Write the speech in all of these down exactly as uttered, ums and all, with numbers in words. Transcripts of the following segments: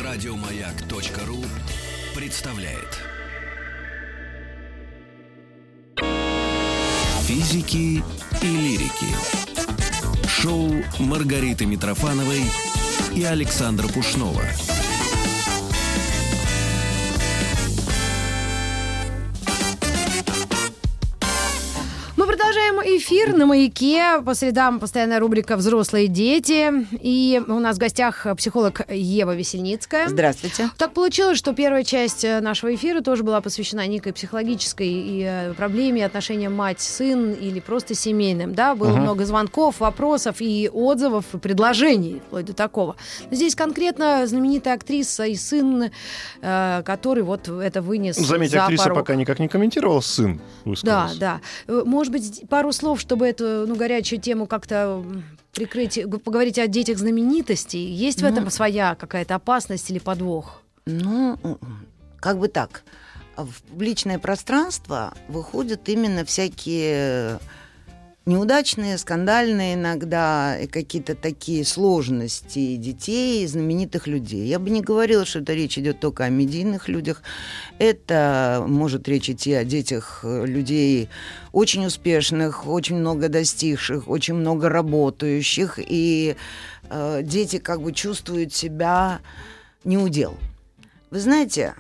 Радиомаяк.ру представляет Физики и лирики. Шоу Маргариты Митрофановой и Александра Пушнова. Продолжаем эфир на «Маяке». По средам постоянная рубрика «Взрослые дети». И у нас в гостях психолог Ева Весельницкая. Здравствуйте. Так получилось, что первая часть нашего эфира тоже была посвящена некой психологической и проблеме отношения мать-сын или просто семейным. Да? Было uh-huh. много звонков, вопросов и отзывов, и предложений, вплоть до такого. Но здесь конкретно знаменитая актриса и сын, э, который вот это вынес Заметьте, за актриса порог. Пока никак не комментировала, сын высказался. Да, да. Может быть, пару слов, чтобы эту ну, горячую тему как-то прикрыть, поговорить о детях знаменитостей. Есть ну, в этом своя какая-то опасность или подвох? Ну, как бы так. В публичное пространство выходят именно всякие неудачные, скандальные иногда, и какие-то такие сложности детей, знаменитых людей. Я бы не говорила, что это речь идет только о медийных людях. Это может речь идти о детях людей очень успешных, очень много достигших, очень много работающих. И э, дети как бы чувствуют себя неудел. Вы знаете,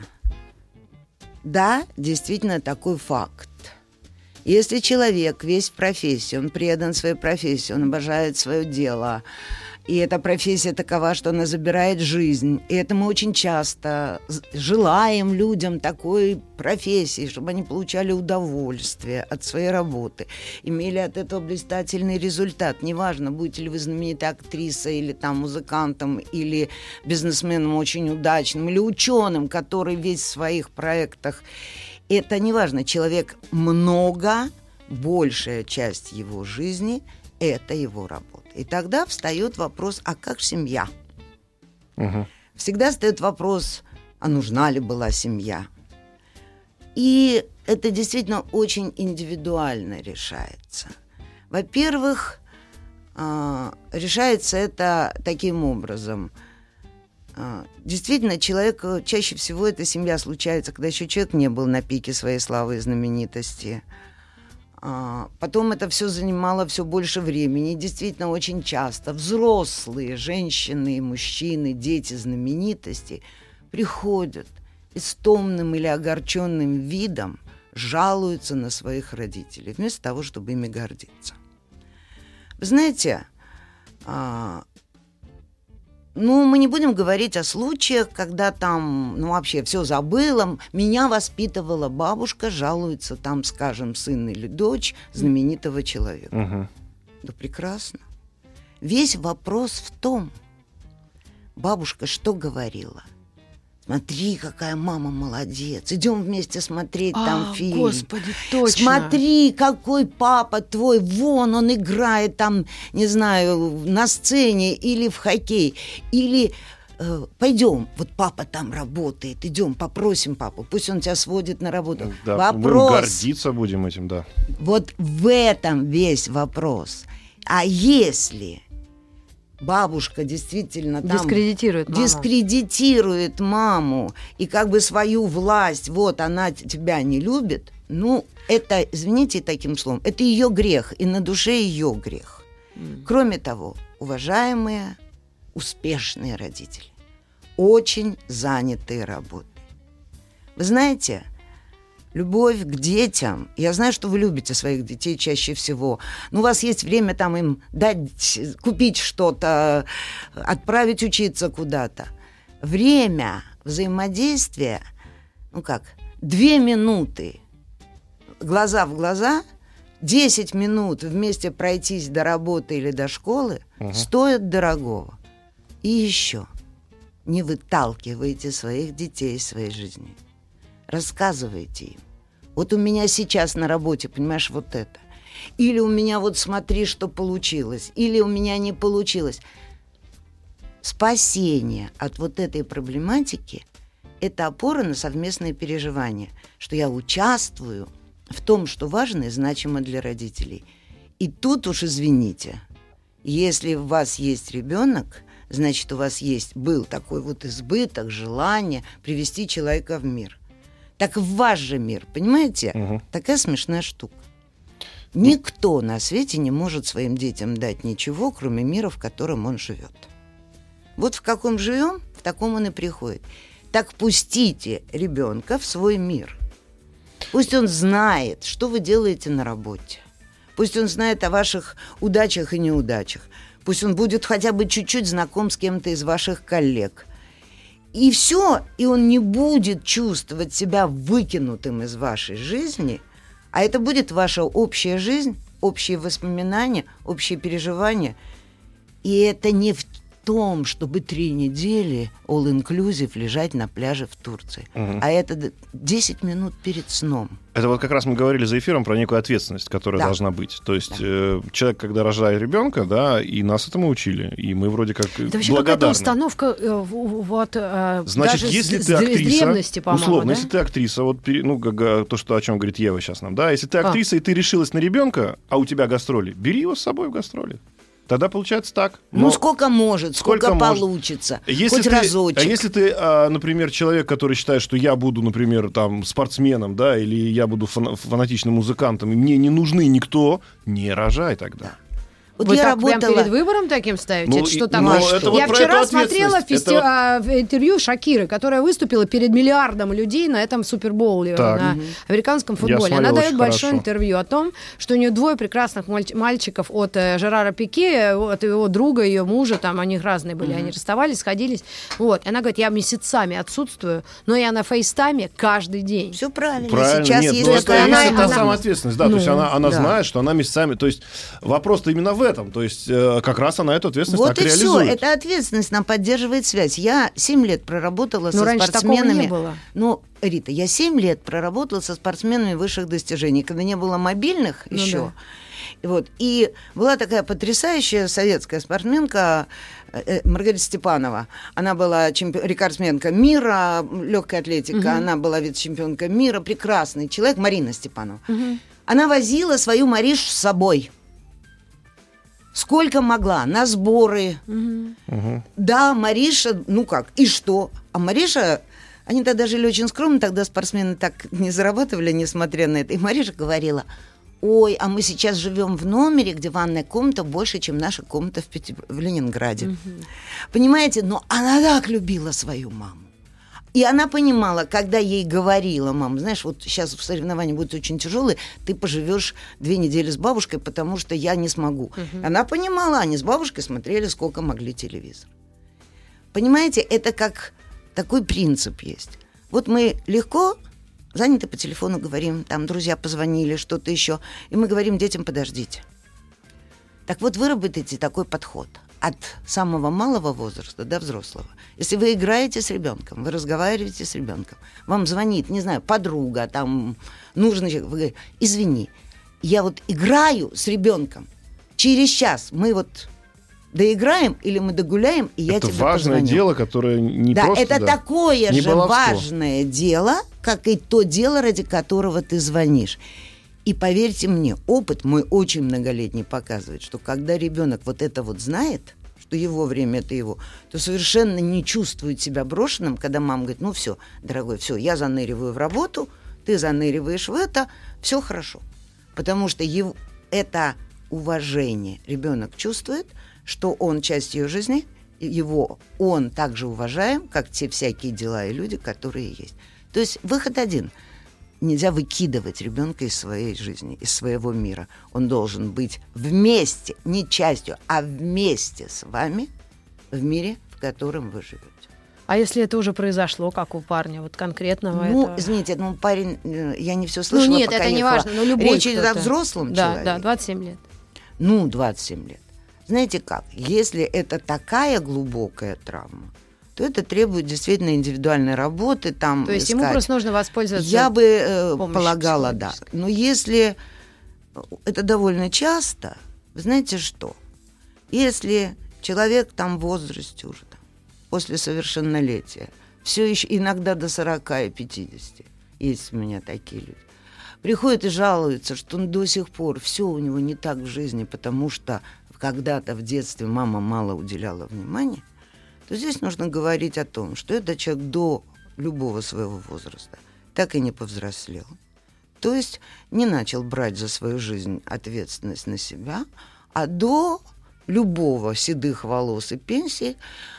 да, действительно такой факт. Если человек весь в профессии, он предан своей профессии, он обожает свое дело, и эта профессия такова, что она забирает жизнь, и это мы очень часто желаем людям такой профессии, чтобы они получали удовольствие от своей работы, имели от этого блистательный результат. Неважно, будете ли вы знаменитой актрисой, или там музыкантом, или бизнесменом очень удачным, или ученым, который весь в своих проектах. Это не важно, человек много, большая часть его жизни – это его работа. И тогда встает вопрос, а как семья? Угу. Всегда встает вопрос, а нужна ли была семья? И это действительно очень индивидуально решается. Во-первых, решается это таким образом – действительно, человек, чаще всего эта семья случается, когда еще человек не был на пике своей славы и знаменитости. Потом это все занимало все больше времени. И действительно, очень часто взрослые женщины и мужчины, дети знаменитостей приходят и с томным или огорченным видом жалуются на своих родителей, вместо того, чтобы ими гордиться. Вы знаете, ну, мы не будем говорить о случаях, когда там, ну, вообще все забыла. Меня воспитывала бабушка, жалуется там, скажем, сын или дочь знаменитого человека. Угу. Да прекрасно. Весь вопрос в том, бабушка что говорила? Смотри, какая мама молодец. Идем вместе смотреть а, там фильм. Господи, точно. Смотри, какой папа твой. Вон он играет там, не знаю, на сцене или в хоккей. Или э, пойдем, вот папа там работает. Идем, попросим папу. Пусть он тебя сводит на работу. Да, вопрос. Мы гордиться будем этим, да. Вот в этом весь вопрос. А если бабушка действительно там дискредитирует маму. дискредитирует маму и как бы свою власть, вот она тебя не любит, ну, это, извините таким словом, это ее грех, и на душе ее грех. Mm. Кроме того, уважаемые, успешные родители, очень занятые работой. Вы знаете, любовь к детям. Я знаю, что вы любите своих детей чаще всего. Но у вас есть время там им дать, купить что-то, отправить учиться куда-то. Время взаимодействия, ну как, две минуты глаза в глаза, десять минут вместе пройтись до работы или до школы, угу. стоит дорогого. И еще не выталкивайте своих детей из своей жизни. Рассказывайте им. Вот у меня сейчас на работе, понимаешь, вот это. Или у меня вот смотри, что получилось. Или у меня не получилось. Спасение от вот этой проблематики – это опора на совместные переживания. Что я участвую в том, что важно и значимо для родителей. И тут уж извините, если у вас есть ребенок, значит, у вас есть, был такой вот избыток, желание привести человека в мир. Так в ваш же мир, понимаете? Угу. Такая смешная штука. Никто на свете не может своим детям дать ничего, кроме мира, в котором он живет. Вот в каком живем, в таком он и приходит. Так пустите ребенка в свой мир. Пусть он знает, что вы делаете на работе. Пусть он знает о ваших удачах и неудачах. Пусть он будет хотя бы чуть-чуть знаком с кем-то из ваших коллег. И все, и он не будет чувствовать себя выкинутым из вашей жизни, а это будет ваша общая жизнь, общие воспоминания, общие переживания. И это не в том, чтобы три недели all-inclusive лежать на пляже в Турции. Угу. А это десять минут перед сном. Это вот как раз мы говорили за эфиром про некую ответственность, которая да. должна быть. То есть да. э, человек, когда рожает ребенка, да, и нас этому учили, и мы вроде как это вообще благодарны. Какая-то установка э, вот, э, Значит, даже если с, ты актриса, с древности, по-моему, условно, да? если ты актриса, вот ну как, то, что, о чем говорит Ева сейчас нам, да, если ты актриса а. и ты решилась на ребенка, а у тебя гастроли, бери его с собой в гастроли. Тогда получается так. Ну, сколько может, сколько, сколько может. Получится. Если хоть ты, разочек. А если ты, например, человек, который считает, что я буду, например, там, спортсменом, да, или я буду фанатичным музыкантом, и мне не нужны никто, не рожай тогда. Да. Вот Вы я так работала... прям перед выбором таким ставите? Ну, это что и, такое? ну, это я вот вчера смотрела фести... это... интервью Шакиры, которая выступила перед миллиардом людей на этом супербоуле, так. на угу. американском футболе. Она дает большое хорошо. интервью о том, что у нее двое прекрасных маль... мальчиков от э, Жерара Пике, от его друга, ее мужа, там они разные были, угу. они расставались, сходились. Вот. И она говорит, я месяцами отсутствую, но я на фейстайме каждый день. Все правильно. правильно. Сейчас Нет, есть это, такая... она, она... та она... самая ответственность, да, ну, то есть она, она да. знает, что она месяцами, то есть вопрос-то именно в этом, то есть как раз она эту ответственность вот так и реализует. Все, эта ответственность нам поддерживает связь. Я семь лет проработала Но со раньше спортсменами. Такого не было. Ну, Рита, я семь лет проработала со спортсменами высших достижений, когда не было мобильных ну еще. Да. И, вот, и была такая потрясающая советская спортсменка Маргарита Степанова. Она была чемпи- рекордсменка мира, легкая атлетика, угу. она была вице-чемпионка мира, прекрасный человек, Марина Степанова. Угу. Она возила свою Маришу с собой. Сколько могла, на сборы. Угу. Да, Мариша, ну как, и что? А Мариша, они тогда жили очень скромно, тогда спортсмены так не зарабатывали, несмотря на это. И Мариша говорила, ой, а мы сейчас живем в номере, где ванная комната больше, чем наша комната в, Пети... в Ленинграде. Угу. Понимаете, но она так любила свою маму. И она понимала, когда ей говорила мама, знаешь, вот сейчас в соревновании будут очень тяжелые, ты поживешь две недели с бабушкой, потому что я не смогу. Uh-huh. Она понимала, они с бабушкой смотрели, сколько могли телевизор. Понимаете, это как такой принцип есть. Вот мы легко заняты по телефону, говорим, там друзья позвонили, что-то еще, и мы говорим детям, подождите. Так вот, выработайте такой подход от самого малого возраста до взрослого. Если вы играете с ребенком, вы разговариваете с ребенком, вам звонит, не знаю, подруга, там, нужно человек, вы говорите, извини, я вот играю с ребенком, через час мы вот доиграем или мы догуляем, и я это тебе важное позвоню. дело, которое не да, просто... Это да, такое не же баловство. Важное дело, как и то дело, ради которого ты звонишь. И поверьте мне, опыт мой очень многолетний показывает, что когда ребенок вот это вот знает, что его время это его, то совершенно не чувствует себя брошенным, когда мама говорит, ну все, дорогой, все, я заныриваю в работу, ты заныриваешь в это, все хорошо. Потому что его, это уважение ребенок чувствует, что он часть ее жизни, его он также уважаем, как те всякие дела и люди, которые есть. То есть выход один. Нельзя выкидывать ребенка из своей жизни, из своего мира. Он должен быть вместе, не частью, а вместе с вами в мире, в котором вы живете. А если это уже произошло, как у парня, вот конкретного? Ну, это... извините, ну, парень, я не все слышала, ну, нет, пока это не ехала. важно, но любой Речь идет кто-то. о взрослом да, человеке. Да, двадцать семь лет. Ну, двадцать семь лет. Знаете как, если это такая глубокая травма, то это требует действительно индивидуальной работы. Там то есть искать. Ему просто нужно воспользоваться Я бы э, полагала, да. Но если это довольно часто, вы знаете что? Если человек там в возрасте уже, там, после совершеннолетия, все еще иногда до сорока и пятидесяти, есть у меня такие люди, приходит и жалуется, что он до сих пор все у него не так в жизни, потому что когда-то в детстве мама мало уделяла внимания, то здесь нужно говорить о том, что этот человек до любого своего возраста так и не повзрослел. То есть не начал брать за свою жизнь ответственность на себя, а до любого седых волос и пенсии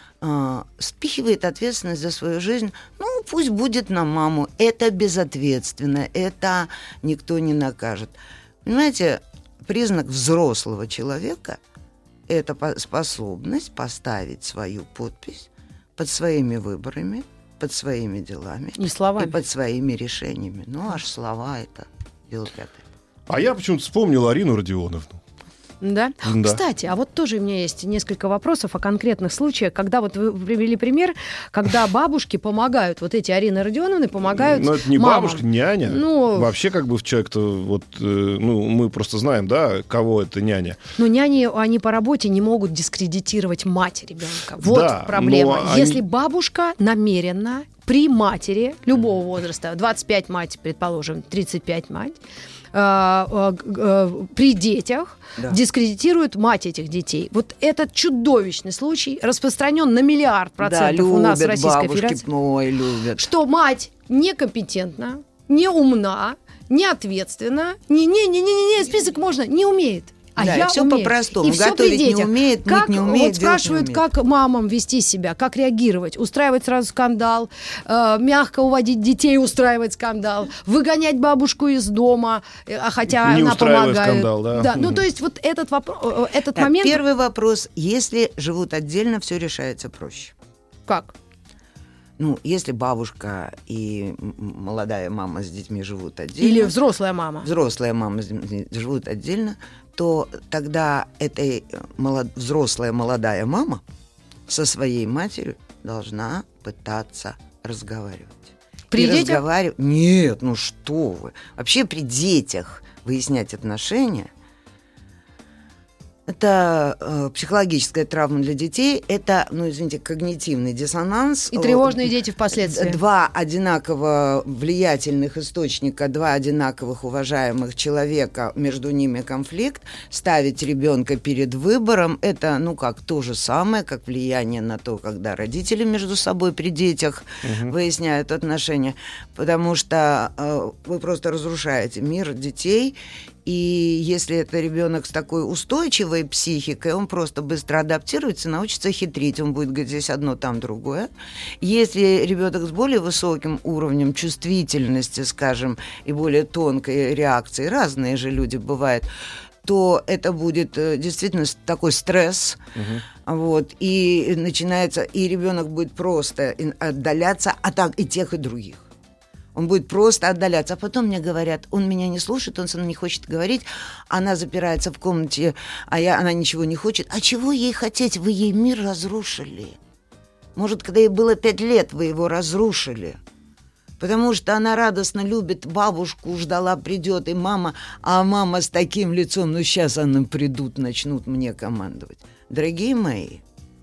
э, спихивает ответственность за свою жизнь, ну, пусть будет на маму. Это безответственно, это никто не накажет. Понимаете, признак взрослого человека – это способность поставить свою подпись под своими выборами, под своими делами и словами, и под своими решениями. Ну, аж слова — это дело пятое. А я почему-то вспомнил Арину Родионовну. Да? Да. Кстати, а вот тоже у меня есть несколько вопросов о конкретных случаях, когда вот вы привели пример, когда бабушки помогают, вот эти Арины Родионовны помогают Но это не мамам. бабушка, няня. Ну, вообще как бы человек-то, вот, э, ну, мы просто знаем, да, кого это няня. Но няни, они по работе не могут дискредитировать мать ребенка. Вот Да, проблема. но они- Если бабушка намеренно при матери любого возраста, двадцать пять мать, предположим, тридцать пять мать, э, э, э, при детях Да. дискредитирует мать этих детей. Вот этот чудовищный случай распространен на миллиард процентов да, у нас в любят Российской бабушки, Федерации. ой, любят. Что мать некомпетентна, не умна, не ответственна, не, не, не, не, не, не, список можно, не умеет. А Да, я и всё умею. по-простому. И всё Готовить при не детях. умеет, мыть как, не умеет, Вот делать не спрашивают, умеет. как мамам вести себя, как реагировать, устраивать сразу скандал, э, мягко уводить детей, устраивать скандал, выгонять бабушку из дома, э, а хотя Не она устраивая помогает. скандал, да. Ну, то есть вот этот, вопро- э, этот Так, момент... первый вопрос. Если живут отдельно, все решается проще. Как? Ну, если бабушка и м- молодая мама с детьми живут отдельно, Или взрослая мама? взрослая мама с детьми живут отдельно, то тогда эта молод... взрослая молодая мама со своей матерью должна пытаться разговаривать. При И детях? разговаривать... Нет, ну что вы. Вообще при детях выяснять отношения — это э, психологическая травма для детей, это, ну, извините, когнитивный диссонанс. И тревожные дети впоследствии. Два одинаково влиятельных источника, два одинаковых уважаемых человека, между ними конфликт, ставить ребенка перед выбором, это, ну, как то же самое, как влияние на то, когда родители между собой при детях угу. выясняют отношения, потому что э, вы просто разрушаете мир детей. И если это ребенок с такой устойчивой психикой, он просто быстро адаптируется, научится хитрить. Он будет говорить здесь одно, там другое. Если ребенок с более высоким уровнем чувствительности, скажем, и более тонкой реакции, разные же люди бывают, то это будет действительно такой стресс. Угу. Вот, и начинается, и ребенок будет просто отдаляться от и тех, и других. Он будет просто отдаляться. А потом мне говорят, он меня не слушает, он со мной не хочет говорить, она запирается в комнате, а я, она ничего не хочет. А чего ей хотеть? Вы ей мир разрушили. Может, когда ей было пять лет, вы его разрушили. Потому что она радостно любит бабушку, ждала, придет, и мама, а мама с таким лицом, ну сейчас они придут, начнут мне командовать. Дорогие мои,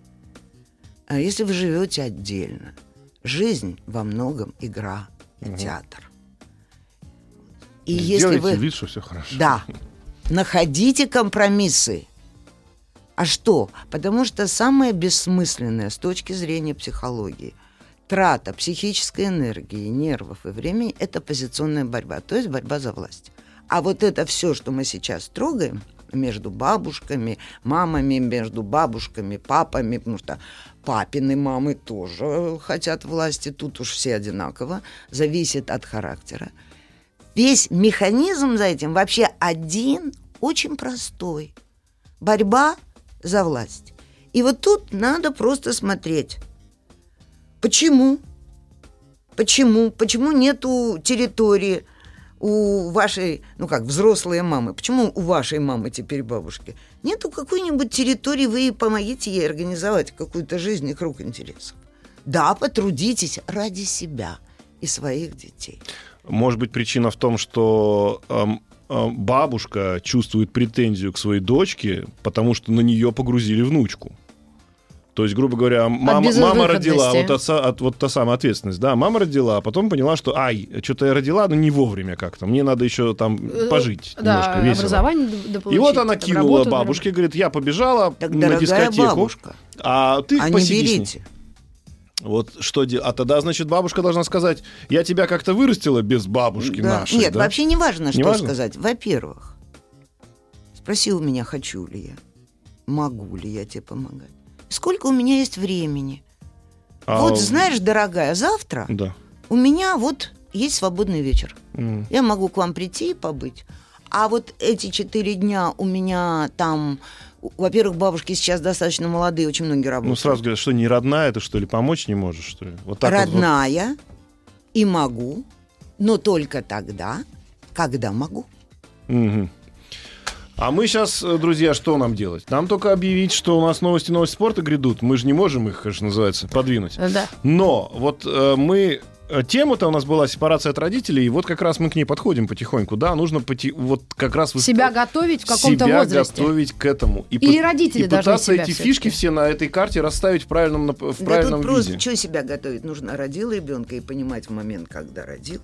а если вы живете отдельно, жизнь во многом игра. Угу. Театр. И если вы... вид, что все хорошо. Да. Находите компромиссы. А что? Потому что самое бессмысленное с точки зрения психологии трата психической энергии, нервов и времени — это позиционная борьба, то есть борьба за власть. А вот это все, что мы сейчас трогаем между бабушками, мамами, между бабушками, папами, потому что папины мамы тоже хотят власти, тут уж все одинаково, зависит от характера. Весь механизм за этим вообще один, очень простой. Борьба за власть. И вот тут надо просто смотреть, почему, почему, почему нету территории у вашей, ну как, взрослые мамы. Почему у вашей мамы теперь бабушки? Нету какой-нибудь территории, вы ей помогите ей организовать какую-то жизнь и круг интересов. Да, потрудитесь ради себя и своих детей. Может быть, причина в том, что эм, э, бабушка чувствует претензию к своей дочке, потому что на нее погрузили внучку. То есть, грубо говоря, мама, мама родила, вот, отца, от, вот та самая ответственность, да, мама родила, а потом поняла, что, ай, что-то я родила, но не вовремя как-то, мне надо еще там пожить да, немножко весело. Образование дополучить. И вот она кинула бабушке, говорит, я побежала так, на дискотеку, бабушка, а ты а посиди не с ней. берите. Вот что делать? А тогда, значит, бабушка должна сказать, я тебя как-то вырастила без бабушки Да. нашей. Нет, да? вообще не важно, что Не важно? сказать. Во-первых, спроси у меня, хочу ли я, могу ли я тебе помогать. Сколько у меня есть времени. А, Вот знаешь, дорогая, завтра Да. у меня вот есть свободный вечер. М. Я могу к вам прийти и побыть. А вот эти четыре дня у меня там... Во-первых, бабушки сейчас достаточно молодые, очень многие работают. Ну, сразу говорят, что не родная, ты что ли, помочь не можешь, что ли? Вот так вот- Родная и могу, но только тогда, когда могу. Мгм. А мы сейчас, друзья, что нам делать? Нам только объявить, что у нас новости, новости спорта грядут. Мы же не можем их, конечно, называется, подвинуть. Да. Но вот э, мы... э, Тема-то у нас была сепарация от родителей, и вот как раз мы к ней подходим потихоньку. Да, нужно поти- вот как раз... вы- Себя готовить в каком-то себя возрасте. готовить к этому. И Или пы- родители и должны пытаться себя эти всё-таки. фишки все на этой карте расставить в правильном, нап- в Да правильном тут просто виде. что себя готовить? Нужно родил ребенка и понимать в момент, когда родил,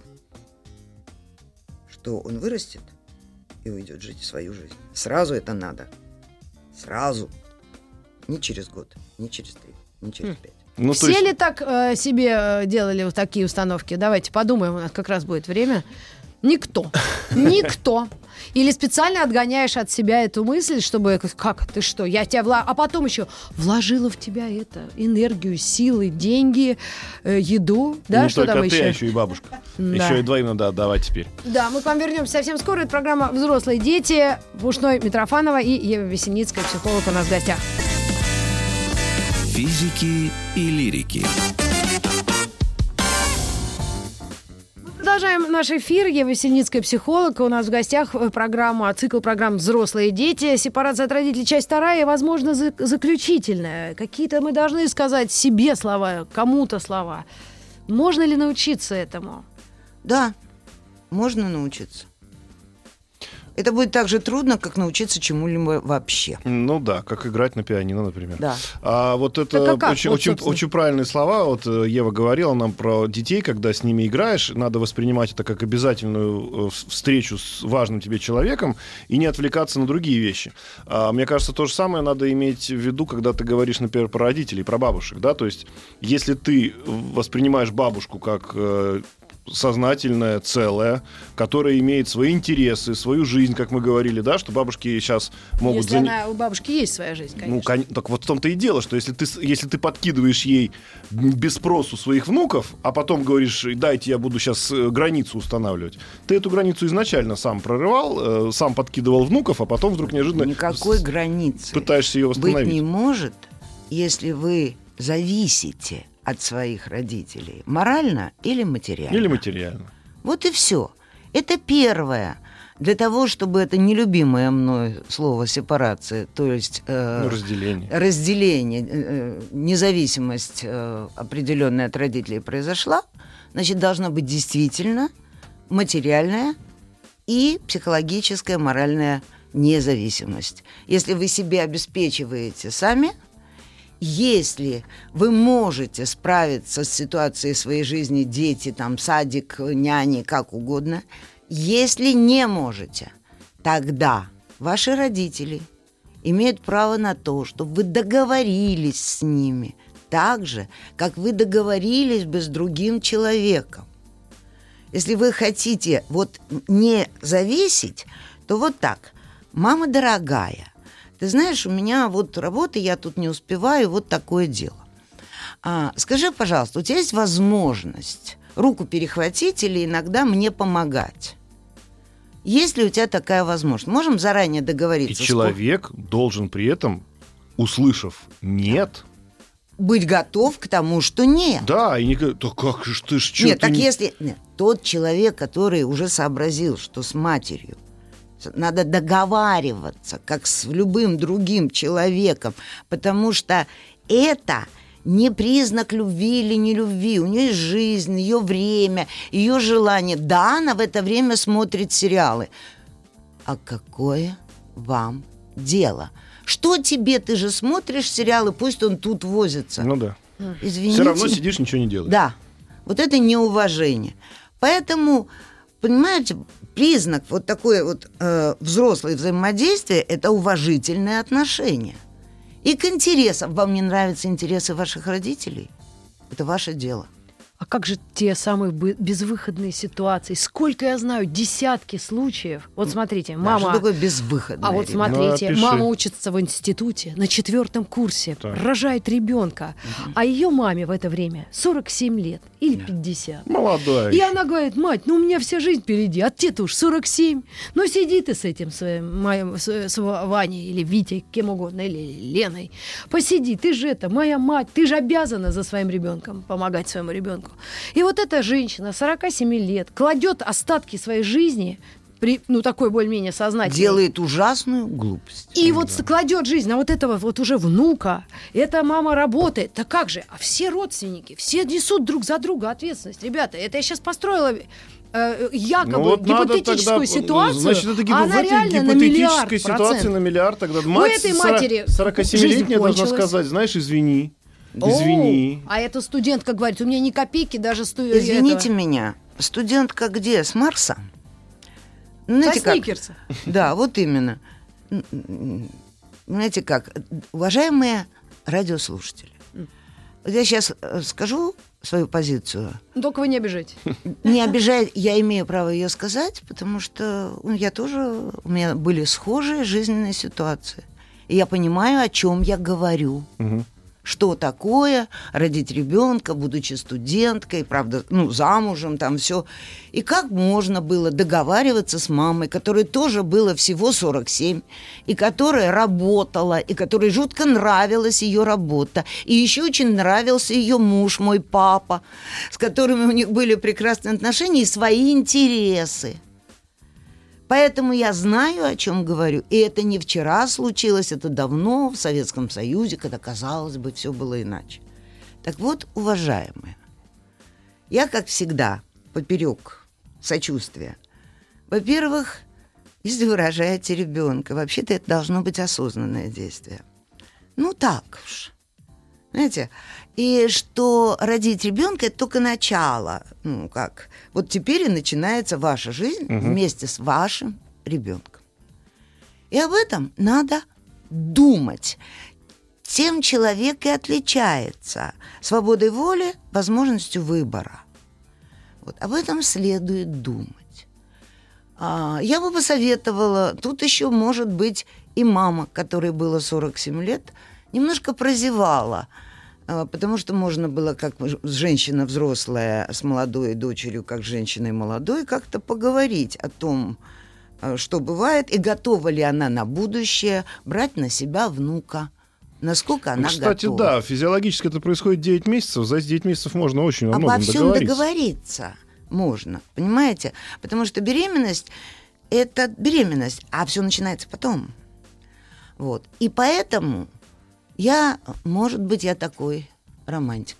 что он вырастет и уйдет жить свою жизнь. Сразу это надо. Сразу. Не через год, не через три, не через Хм. пять. Ну, то Все есть- ли так э, себе э, делали вот такие установки? Давайте подумаем, у нас как раз будет время. Никто. Никто. Или специально отгоняешь от себя эту мысль, чтобы как ты что, я тебя вла... а потом еще вложила в тебя это энергию, силы, деньги, э, еду, да, не что только там ты, еще? а еще и бабушка. Да. Еще и двоим надо отдавать теперь. Да, мы к вам вернемся совсем скоро. Это программа «Взрослые дети». Пушной, Митрофанова и Ева Весельницкая, психолог, у нас в гостях. Физики и лирики. Продолжаем наш эфир. Ева Весельницкая, психолог. У нас в гостях программа, цикл программ «Взрослые дети». Сепарация от родителей, часть вторая, и, возможно, за- заключительная. Какие-то мы должны сказать себе слова, кому-то слова. Можно ли научиться этому? Да, можно научиться. Это будет так же трудно, как научиться чему-либо вообще. Ну да, как играть на пианино, например. Да. А вот это Так а как? очень, Вот, очень, собственно. очень правильные слова. Вот э, Ева говорила нам про детей, когда с ними играешь, надо воспринимать это как обязательную э, в- встречу с важным тебе человеком и не отвлекаться на другие вещи. А, мне кажется, то же самое надо иметь в виду, когда ты говоришь, например, про родителей, про бабушек. Да? То есть, если ты воспринимаешь бабушку как... э, сознательное, целое, которое имеет свои интересы, свою жизнь, как мы говорили, да, что бабушки сейчас могут... Если зани- она, у бабушки есть своя жизнь, конечно. Ну, кон- так вот в том-то и дело, что если ты, с- если ты подкидываешь ей без спросу своих внуков, а потом говоришь, дайте я буду сейчас границу устанавливать, ты эту границу изначально сам прорывал, э, сам подкидывал внуков, а потом вдруг неожиданно Никакой с- границы пытаешься ее быть восстановить. не может, если вы зависите от своих родителей морально или материально. Или материально. Вот и все. Это первое. Для того, чтобы это нелюбимое мной слово сепарация, то есть э, Ну, разделение. разделение, э, независимость э, определенная от родителей произошла, значит, должна быть действительно материальная и психологическая, моральная независимость. Если вы себе обеспечиваете сами, если вы можете справиться с ситуацией своей жизни, дети, там, садик, няни, как угодно, если не можете, тогда ваши родители имеют право на то, чтобы вы договорились с ними так же, как вы договорились бы с другим человеком. Если вы хотите вот не зависеть, то вот так. Мама дорогая, ты знаешь, у меня вот работа, я тут не успеваю, вот такое дело. А, скажи, пожалуйста, у тебя есть возможность руку перехватить или иногда мне помогать? Есть ли у тебя такая возможность? Можем заранее И договориться? человек должен при этом, услышав «нет», Быть готов к тому, что нет. да, и не говорит, да как же ты ж чё Нет, ты так не-» если... Нет, тот человек, который уже сообразил, что с матерью надо договариваться, как с любым другим человеком, потому что это не признак любви или не любви. У нее есть жизнь, ее время, ее желание. Да, она в это время смотрит сериалы. А какое вам дело? Что тебе? Ты же смотришь сериалы, пусть он тут возится. Ну да. Извините. Все равно сидишь, ничего не делаешь. Да, вот это неуважение. Поэтому, понимаете, признак вот такое вот э, взрослое взаимодействие – это уважительное отношение. И к интересам. Вам не нравятся интересы ваших родителей? Это ваше дело. А как же те самые безвыходные ситуации? Сколько я знаю, десятки случаев. Вот смотрите, мама... Да, что такое безвыходное? А вот смотрите, ну, мама учится в институте на четвертом курсе, так. рожает ребенка, угу. а ее маме в это время сорок семь лет или пятьдесят. Молодая. И она говорит: мать, ну у меня вся жизнь впереди, а тебе-то уж сорок семь. Ну сиди ты с этим своим, моим, с, с Ваней или Витей, кем угодно, или Леной. Посиди, ты же это, моя мать, ты же обязана за своим ребенком помогать своему ребенку. И вот эта женщина, сорок семь лет, кладет остатки своей жизни, при, ну, такой более-менее сознательной. Делает ужасную глупость. И да. вот кладет жизнь на вот этого вот уже внука. Эта мама работает. Да как же? А все родственники, все несут друг за друга ответственность. Ребята, это я сейчас построила... якобы ну, вот гипотетическую тогда, ситуацию, значит, это гип... а она в этой реально гипотетической ситуации на миллиард тогда мать у этой матери сорокасемилетняя должна сказать: знаешь, извини, извини. О, а эта студентка говорит: у меня ни копейки даже сту... Извините этого... меня, студентка где? С Марса? Знаете, Со Сникерса. Как? Да, вот именно. Знаете как, уважаемые радиослушатели, вот я сейчас скажу свою позицию. Только вы не обижайте. Не обижай, я имею право ее сказать, потому что ну, я тоже, у меня были схожие жизненные ситуации. И я понимаю, о чем я говорю. Угу. Что такое родить ребенка, будучи студенткой, правда, ну, замужем, там все. И как можно было договариваться с мамой, которой тоже было всего сорок семь, и которая работала, и которой жутко нравилась ее работа. И еще очень нравился ее муж, мой папа, с которыми у них были прекрасные отношения и свои интересы. Поэтому я знаю, о чем говорю. И это не вчера случилось, это давно в Советском Союзе, когда, казалось бы, все было иначе. Так вот, уважаемые, я, как всегда, поперек сочувствия. Во-первых, если вы рожаете ребенка, вообще-то это должно быть осознанное действие. Ну, так уж. Знаете, и что родить ребенка — это только начало. Ну, как, вот теперь и начинается ваша жизнь угу. вместе с вашим ребенком. И об этом надо думать. Тем человек и отличается свободой воли, возможностью выбора. Вот об этом следует думать. А, я бы посоветовала, тут еще, может быть, и мама, которой было сорок семь лет, немножко прозевала, потому что можно было, как женщина взрослая с молодой дочерью, как с женщиной молодой, как-то поговорить о том, что бывает, и готова ли она на будущее брать на себя внука. Насколько она Кстати, готова. да, физиологически это происходит девять месяцев. За девять месяцев можно очень во многом договориться. Обо всем договориться можно, понимаете? Потому что беременность – это беременность, а все начинается потом. Вот. И поэтому... Я, может быть, я такой романтик.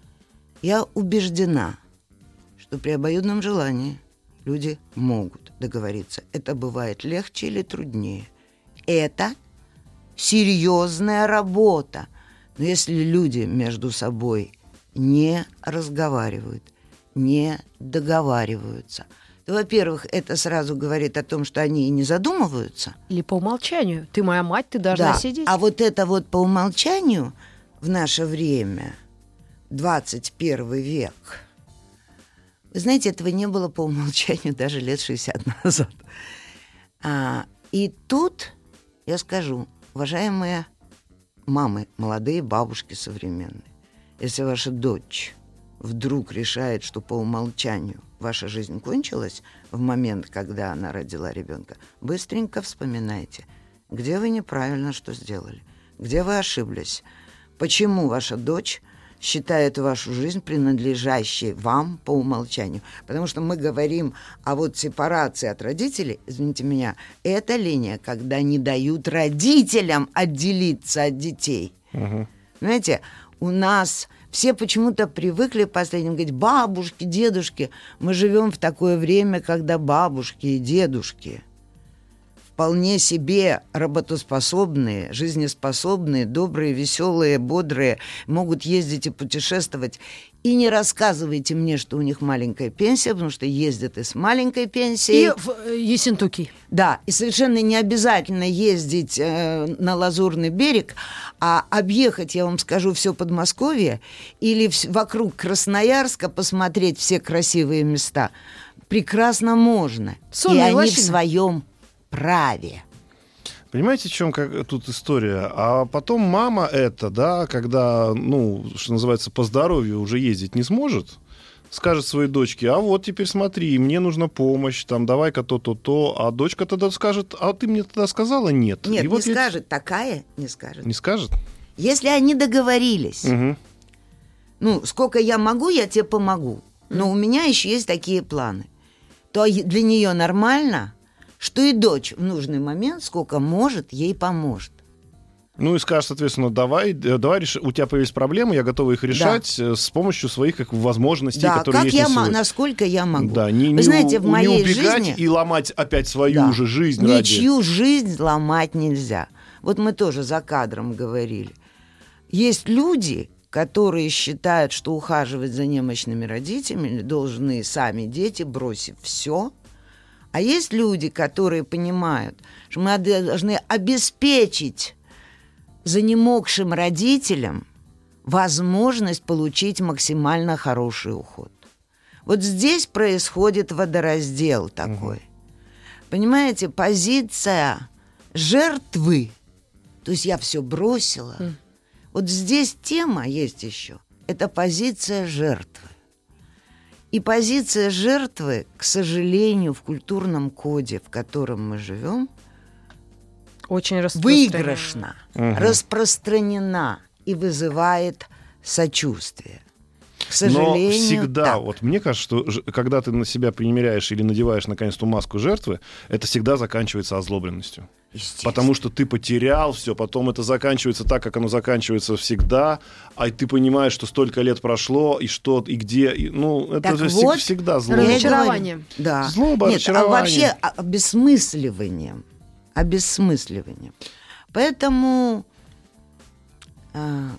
Я убеждена, что при обоюдном желании люди могут договориться. Это бывает легче или труднее. Это серьезная работа. Но если люди между собой не разговаривают, не договариваются, то, во-первых, это сразу говорит о том, что они и не задумываются. Или по умолчанию. Ты моя мать, ты должна да. сидеть. А вот это вот по умолчанию в наше время, двадцать первый век, вы знаете, этого не было по умолчанию даже лет шестьдесят назад. А, и тут я скажу, уважаемые мамы, молодые бабушки современные, если ваша дочь вдруг решает, что по умолчанию ваша жизнь кончилась в момент, когда она родила ребенка, быстренько вспоминайте, где вы неправильно что сделали, где вы ошиблись, почему ваша дочь считает вашу жизнь принадлежащей вам по умолчанию. Потому что мы говорим о вот сепарации от родителей, извините меня, это линия, когда не дают родителям отделиться от детей. Угу. Знаете, у нас... Все почему-то привыкли в последнем говорить: бабушки, дедушки. Мы живем в такое время, когда бабушки и дедушки в вполне себе работоспособные, жизнеспособные, добрые, веселые, бодрые, могут ездить и путешествовать. И не рассказывайте мне, что у них маленькая пенсия, потому что ездят и с маленькой пенсией. И в Ессентуки. Да, и совершенно не обязательно ездить э, на Лазурный берег, а объехать, я вам скажу, все Подмосковье или в, вокруг Красноярска посмотреть все красивые места. Прекрасно можно. Сонные и они лощины. в своем праве. Понимаете, в чем как, тут история? А потом мама это, да, когда, ну, что называется, по здоровью уже ездить не сможет, скажет своей дочке: а вот теперь смотри, мне нужна помощь, там, давай-ка то-то-то. А дочка тогда скажет: а ты мне тогда сказала нет? Нет, И не вот я... скажет, такая не скажет. Не скажет? Если они договорились, Угу. ну, сколько я могу, я тебе помогу, но у меня еще есть такие планы, то для нее нормально, что и дочь в нужный момент, сколько может, ей поможет. Ну и скажешь, соответственно, давай, давай реш... у тебя появились проблемы, я готова их решать Да. с помощью своих как, возможностей, Да, которые как есть я, на мо- сегодня. насколько я могу. Да, не, Вы не, знаете, в у- моей не убегать жизни... и ломать опять свою Да. же жизнь ради... Ничью жизнь ломать нельзя. Вот мы тоже за кадром говорили. Есть люди, которые считают, что ухаживать за немощными родителями должны сами дети, бросив все. А есть люди, которые понимают, что мы должны обеспечить занемогшим родителям возможность получить максимально хороший уход. Вот здесь происходит водораздел такой. Угу. Понимаете, позиция жертвы, то есть я все бросила. Mm. Вот здесь тема есть еще. Это позиция жертвы. И позиция жертвы, к сожалению, в культурном коде, в котором мы живем, очень распространена. выигрышна, угу. распространена и вызывает сочувствие. К сожалению, но всегда, так. вот мне кажется, что когда ты на себя примеряешь или надеваешь наконец-то маску жертвы, это всегда заканчивается озлобленностью. Потому что ты потерял все, потом это заканчивается так, как оно заканчивается всегда, а ты понимаешь, что столько лет прошло, и что, и где, и, ну, это же вот, всегда злоба. Разочарование. Да. Злоба, Нет, разочарование. а вообще обесмысливанием. Обесмысливанием. Поэтому... А...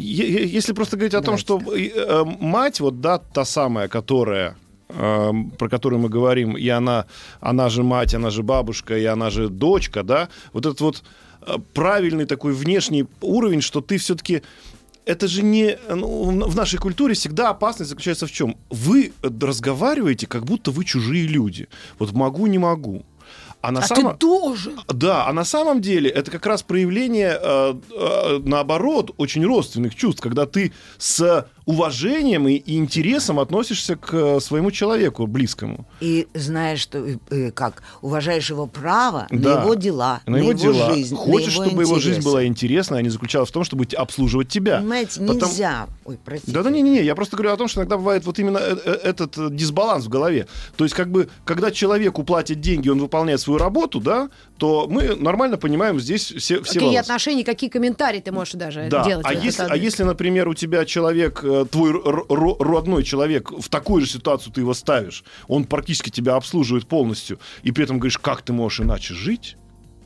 Если просто говорить о том, что э, мать, вот, да, та самая, которая, э, про которую мы говорим, и она, она же мать, она же бабушка, и она же дочка, да, вот этот вот э, правильный такой внешний уровень, что ты все-таки... Это же не... Ну, в нашей культуре всегда опасность заключается в чем? Вы разговариваете, как будто вы чужие люди. Вот могу, не могу. А, на а само... ты тоже. Да, а на самом деле это как раз проявление, э, э, наоборот, очень родственных чувств, когда ты с уважением и, и интересом относишься к э, своему человеку близкому. И знаешь, что, э, как, уважаешь его право да. на его дела, на, на его, его дела. жизнь, Хочешь, на его чтобы интересы. его жизнь была интересной, а не заключалась в том, чтобы обслуживать тебя. Понимаете, Потом... нельзя... Ой, простите. Да-да, не-не-не, я просто говорю о том, что иногда бывает вот именно этот дисбаланс в голове. То есть, как бы, когда человеку платят деньги, он выполняет свою работу, да, то мы нормально понимаем здесь все, все какие балансы. отношения, какие комментарии ты можешь даже да. делать. А если, а если, например, у тебя человек, твой родной человек, в такую же ситуацию ты его ставишь, он практически тебя обслуживает полностью, и при этом говоришь, как ты можешь иначе жить?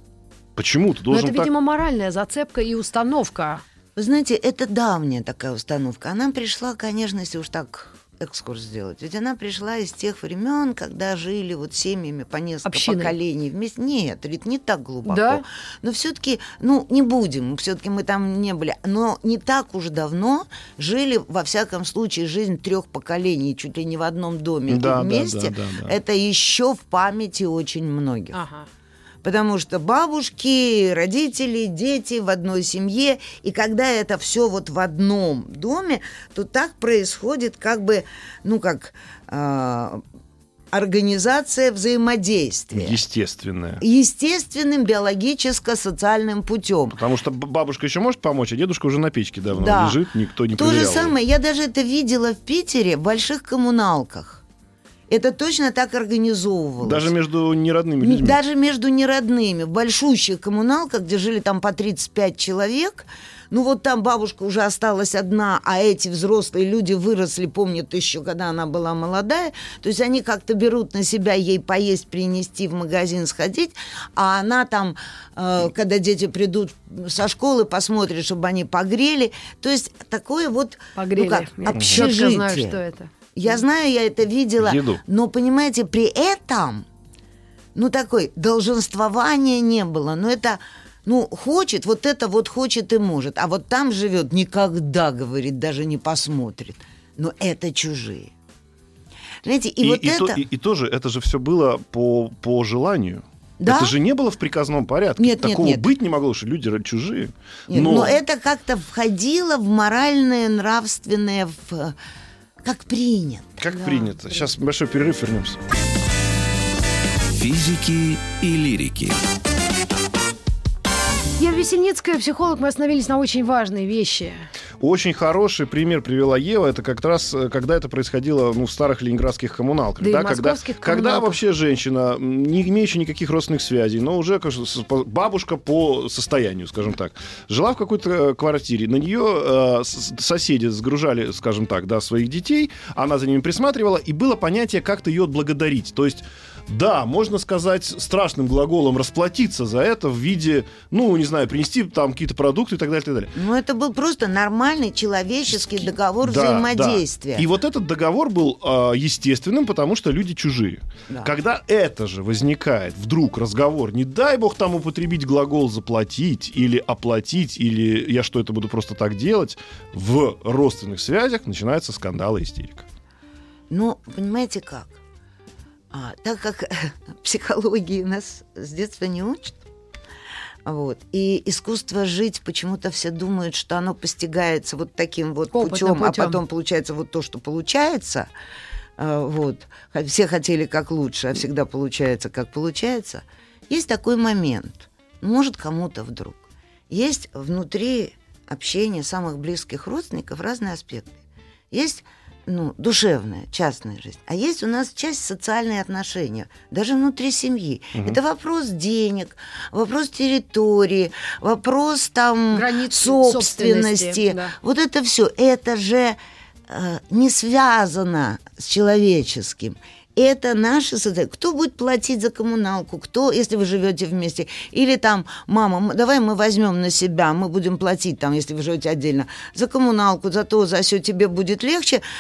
Почему ты должен Но это, так... видимо, моральная зацепка и установка. Вы знаете, это давняя такая установка. Она пришла, конечно, если уж так экскурс сделать. Ведь она пришла из тех времен, когда жили вот семьями по несколько Общины. поколений вместе. Нет, ведь не так глубоко. Да? Но все-таки, ну, не будем, все-таки мы там не были. Но не так уж давно жили, во всяком случае, жизнь трех поколений, чуть ли не в одном доме да, и вместе. Да, да, да, да. Это еще в памяти очень многих. Ага. Потому что бабушки, родители, дети в одной семье. И когда это все вот в одном доме, то так происходит как бы, ну как, э, организация взаимодействия. Естественная. Естественным биологическо-социальным путем. Потому что бабушка еще может помочь, а дедушка уже на печке давно да. лежит, никто не То проверял. же самое, я даже это видела в Питере в больших коммуналках. Это точно так организовывалось. Даже между неродными людьми? Даже между неродными. В большущих коммуналках, где жили там по тридцать пять человек, ну вот там бабушка уже осталась одна, а эти взрослые люди выросли, помнят еще, когда она была молодая. То есть они как-то берут на себя ей поесть, принести, в магазин сходить, а она там, э, когда дети придут со школы, посмотрит, чтобы они погрели. То есть такое вот Погрели. Ну, как, Я общежитие. четко знаю, что это. Я знаю, я это видела, Еду. но, понимаете, при этом, ну, такое долженствование не было. Но это, ну, хочет, вот это вот хочет и может. А вот там живет, никогда, говорит, даже не посмотрит. Но это чужие. Знаете, и, И, вот и, это... то, и, и тоже, это же все было по, по желанию. Да? Это же не было в приказном порядке. Нет, Такого нет, нет. быть не могло, что люди чужие. Нет, но... но это как-то входило в моральное, нравственное, в... как принято. Как Да, принято. Сейчас большой перерыв, вернемся. Физики и лирики. Ева Весельницкая, психолог, мы остановились на очень важной вещи. Очень хороший пример привела Ева. Это как раз, когда это происходило ну, в старых ленинградских коммуналках. Да и да, в когда, московских когда коммуналках. вообще женщина, не имеющая никаких родственных связей, но уже кажется, с- по- бабушка по состоянию, скажем так, жила в какой-то квартире. На нее э, с- соседи сгружали, скажем так, да, своих детей. Она за ними присматривала. И было понятие как-то ее отблагодарить. То есть, да, можно сказать страшным глаголом расплатиться за это в виде, ну, не знаю, принести там какие-то продукты и так далее, и так далее. Ну, это был просто нормальный человеческий договор Да, взаимодействия. да. И вот этот договор был э, естественным, потому что люди чужие. Да. Когда это же возникает вдруг разговор, не дай бог там употребить глагол «заплатить» или «оплатить», или «я что, это буду просто так делать», в родственных связях начинается скандал и истерика. Ну, понимаете как? А, так как психологии нас с детства не учат, вот, и искусство жить почему-то все думают, что оно постигается вот таким вот Опытным путем, а путем. потом получается вот то, что получается. А, вот. Все хотели как лучше, а всегда получается как получается. Есть такой момент. Может, кому-то вдруг. Есть внутри общения самых близких родственников разные аспекты. Есть ну, душевная, частная жизнь. А есть у нас часть социальные отношения, даже внутри семьи. Мгм. Это вопрос денег, вопрос территории, вопрос там Границ собственности. собственности, да. Вот это все, это же э, не связано с человеческим. Это наши социальные. Кто будет платить за коммуналку? Кто, если вы живете вместе? Или там, мама, м- давай мы возьмем на себя, мы будем платить, там, если вы живете отдельно, за коммуналку, за то, за все тебе будет легче, э,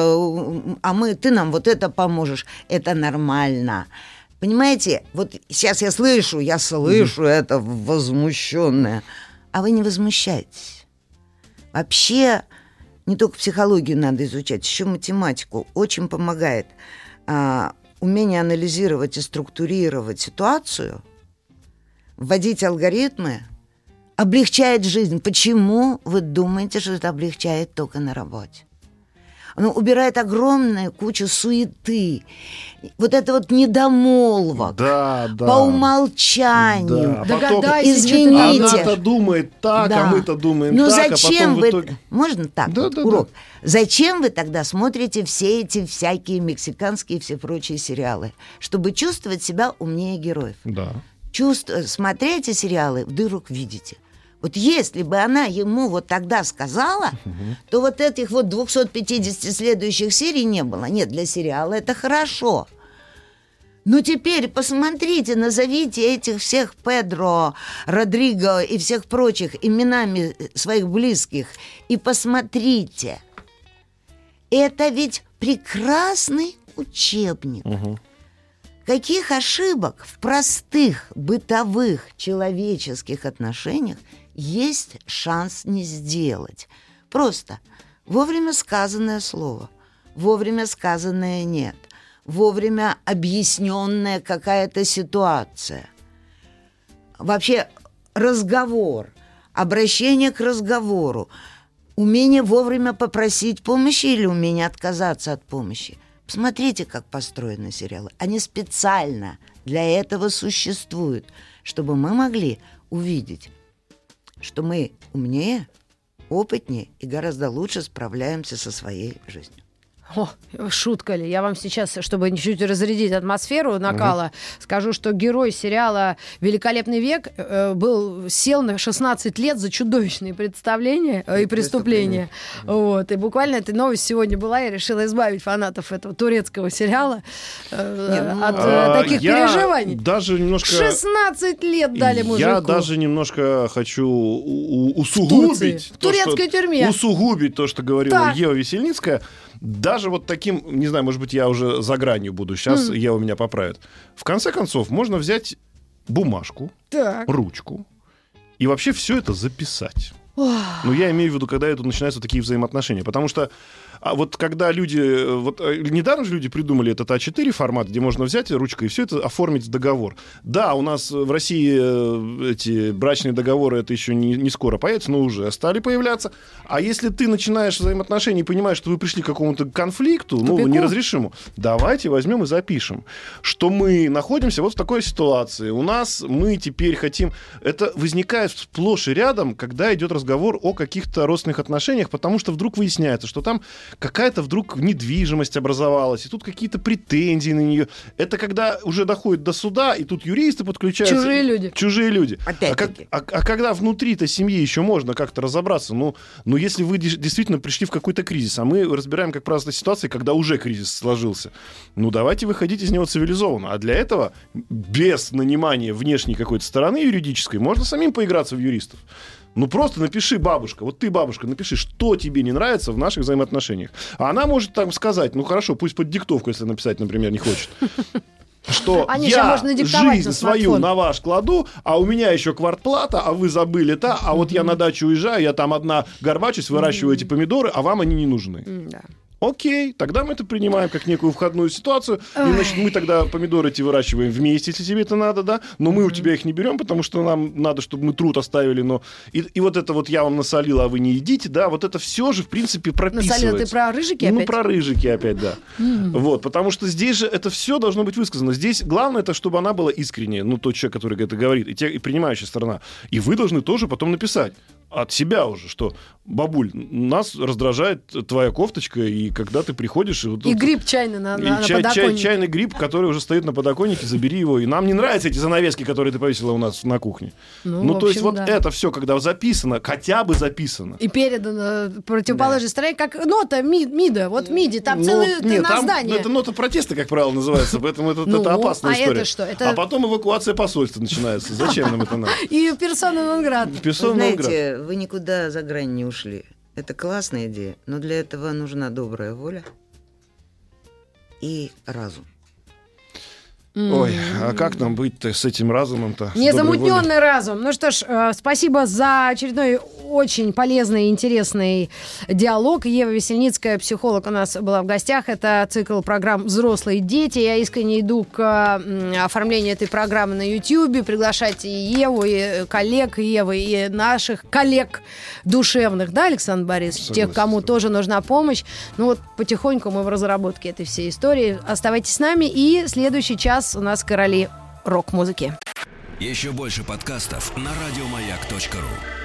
а мы, ты нам вот это поможешь. Это нормально. Понимаете, вот сейчас я слышу, я слышу это возмущенное. А вы не возмущайтесь. Вообще, не только психологию надо изучать, еще математику. Очень помогает а, умение анализировать и структурировать ситуацию, вводить алгоритмы, облегчает жизнь. Почему вы думаете, что это облегчает только на работе? Оно убирает огромную кучу суеты. Вот это вот недомолвок. Да, да. По умолчанию. Да. А потом- Догадайся, Извините. что ты Она-то думает так, Да. а мы-то думаем Ну так, зачем а потом вы... в итоге... Можно так, Да, вот, да, урок. Зачем вы тогда смотрите все эти всякие мексиканские и все прочие сериалы? Чтобы чувствовать себя умнее героев. Да. Чувств... Смотря эти сериалы, вдруг видите. Вот если бы она ему вот тогда сказала, то вот этих вот двухсот пятидесяти следующих серий не было. Нет, для сериала это хорошо. Ну теперь посмотрите, назовите этих всех Педро, Родриго и всех прочих именами своих близких и посмотрите. Это ведь прекрасный учебник. Угу. Каких ошибок в простых бытовых человеческих отношениях есть шанс не сделать? Просто вовремя сказанное слово, вовремя сказанное «нет», вовремя объясненная какая-то ситуация. Вообще разговор, обращение к разговору, умение вовремя попросить помощи или умение отказаться от помощи. Посмотрите, как построены сериалы. Они специально для этого существуют, чтобы мы могли увидеть, что мы умнее, опытнее и гораздо лучше справляемся со своей жизнью. О, шутка ли? Я вам сейчас, чтобы чуть-чуть разрядить атмосферу накала, угу. скажу, что герой сериала «Великолепный век» э, был, сел на шестнадцать лет за чудовищные представления э, и преступления. Вот. И буквально эта новость сегодня была, я решила избавить фанатов этого турецкого сериала э, Нет, ну, от а, э, таких переживаний. Даже немножко... шестнадцать лет дали мужику. Я даже немножко хочу у- у- усугубить... В турецкой то, тюрьме. Усугубить то, что говорила так. Ева Весельницкая. Даже вот таким, не знаю, может быть, я уже за гранью буду, сейчас mm. Ева меня поправит. В конце концов, можно взять бумажку, так. ручку и вообще все это записать. Ну, я имею в виду, когда это начинаются такие взаимоотношения. Потому что а вот когда люди... Вот, недавно же люди придумали этот а четыре формат, где можно взять ручкой и все это оформить в договор. Да, у нас в России эти брачные договоры, это еще не, не скоро появятся, но уже стали появляться. А если ты начинаешь взаимоотношения и понимаешь, что вы пришли к какому-то конфликту, ну, неразрешимому, давайте возьмем и запишем, что мы находимся вот в такой ситуации. У нас мы теперь хотим... Это возникает сплошь и рядом, когда идет разговор о каких-то родственных отношениях, потому что вдруг выясняется, что там какая-то вдруг недвижимость образовалась, и тут какие-то претензии на нее. Это когда уже доходит до суда, и тут юристы подключаются. Чужие люди. Чужие люди. Опять-таки. А, как, а, а когда внутри-то семьи еще можно как-то разобраться, ну, ну если вы действительно пришли в какой-то кризис, а мы разбираем, как правило, ситуации, когда уже кризис сложился, ну, давайте выходить из него цивилизованно. А для этого, без нанимания внешней какой-то стороны юридической, можно самим поиграться в юристов. Ну, просто напиши, бабушка, вот ты, бабушка, напиши, что тебе не нравится в наших взаимоотношениях. А она может там сказать, ну, хорошо, пусть под диктовку, если написать, например, не хочет. Что Они я жизнь на свою на ваш кладу, а у меня еще квартплата, а вы забыли та, а вот я на дачу уезжаю, я там одна горбачусь, выращиваю эти помидоры, а вам они не нужны. Да. Окей, тогда мы это принимаем как некую входную ситуацию. И, значит, мы тогда помидоры эти выращиваем вместе, если тебе это надо, да. Но мы у тебя их не берем, потому что нам надо, чтобы мы труд оставили. Но... И, и вот это вот я вам насолила, а вы не едите, да, вот это все же, в принципе, прописывается. Насолила, ты про рыжики опять? Ну, про рыжики опять, да. Вот, потому что здесь же это все должно быть высказано. Здесь главное, это чтобы она была искренняя, ну, тот человек, который это говорит, и, те, и принимающая сторона. И вы должны тоже потом написать от себя уже, что, бабуль, нас раздражает твоя кофточка, и когда ты приходишь... И, вот и тут, гриб чайный на, и на, чай, на чай, чайный гриб, который уже стоит на подоконнике, забери его. И нам не нравятся эти занавески, которые ты повесила у нас на кухне. Ну, ну общем, то есть вот да. это все, когда записано, хотя бы записано. И передано противоположной да. стороне, как нота ми, МИДа. Вот МИДи, там ну, целое нет, наздание. Там, это нота протеста, как правило, называется, поэтому это, ну, это опасная а история. Это что? Это... А потом эвакуация посольства начинается. Зачем нам это надо? И персона нон-грата. Знаете, вы никуда за грань не ушли. Это классная идея, но для этого нужна добрая воля и разум. Ой, а как нам быть-то с этим разумом-то? Незамутненный разум. Ну что ж, э, спасибо за очередной очень полезный и интересный диалог. Ева Весельницкая, психолог, у нас была в гостях. Это цикл программ «Взрослые дети». Я искренне иду к э, оформлению этой программы на YouTube. Приглашайте и Еву, и коллег Евы, и наших коллег душевных, да, Александр Борисович? Согласен, тех, кому тоже нужна помощь. Ну вот потихоньку мы в разработке этой всей истории. Оставайтесь с нами. И следующий час у нас короли рок-музыки. Еще больше подкастов на радиомаяк точка ру.